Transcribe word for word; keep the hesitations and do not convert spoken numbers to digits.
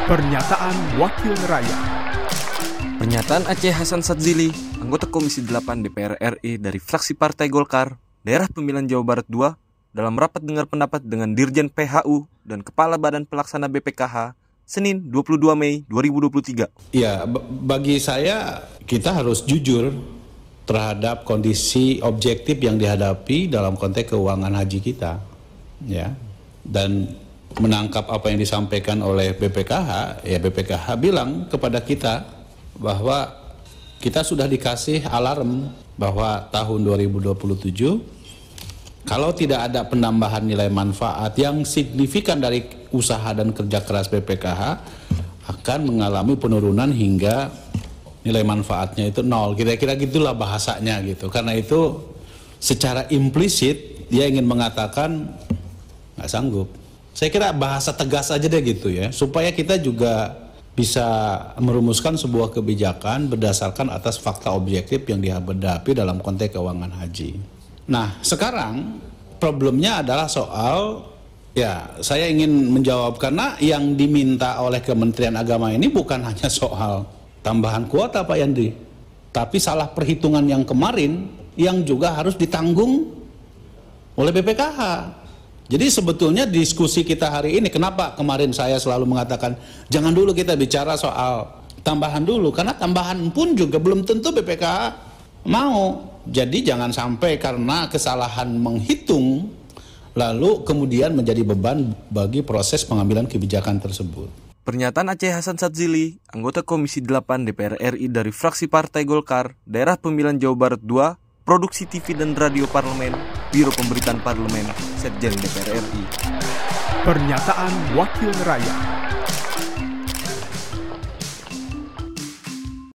Pernyataan Wakil Rakyat. Pernyataan Aceh Hasan Sadzili, anggota Komisi delapan D P R R I dari fraksi Partai Golkar, Daerah Pemilihan Jawa Barat dua, dalam rapat dengar pendapat dengan Dirjen P H U dan Kepala Badan Pelaksana B P K H, Senin dua puluh dua Mei dua ribu dua puluh tiga. Ya, b- bagi saya kita harus jujur terhadap kondisi objektif yang dihadapi dalam konteks keuangan haji kita, ya, dan menangkap apa yang disampaikan oleh B P K H. Ya, B P K H bilang kepada kita bahwa kita sudah dikasih alarm bahwa tahun dua ribu dua puluh tujuh kalau tidak ada penambahan nilai manfaat yang signifikan dari usaha dan kerja keras B P K H akan mengalami penurunan hingga nilai manfaatnya itu nol. Kira-kira gitulah bahasanya gitu. Karena itu secara implisit dia ingin mengatakan nggak sanggup. Saya kira bahasa tegas aja deh gitu ya, supaya kita juga bisa merumuskan sebuah kebijakan berdasarkan atas fakta objektif yang dihadapi dalam konteks keuangan haji. Nah, sekarang problemnya adalah soal, ya saya ingin menjawab karena yang diminta oleh Kementerian Agama ini bukan hanya soal tambahan kuota Pak Yandri, tapi salah perhitungan yang kemarin yang juga harus ditanggung oleh B P K H. Jadi sebetulnya diskusi kita hari ini, kenapa kemarin saya selalu mengatakan jangan dulu kita bicara soal tambahan dulu, karena tambahan pun juga belum tentu B P K H mau. Jadi jangan sampai karena kesalahan menghitung lalu kemudian menjadi beban bagi proses pengambilan kebijakan tersebut. Pernyataan Aceh Hasan Sadzili, anggota Komisi delapan D P R R I dari fraksi Partai Golkar, Daerah Pemilihan Jawa Barat dua, Produksi T V dan Radio Parlemen, Biro Pemberitaan Parlemen, Setjen D P R R I. Pernyataan Wakil Rakyat.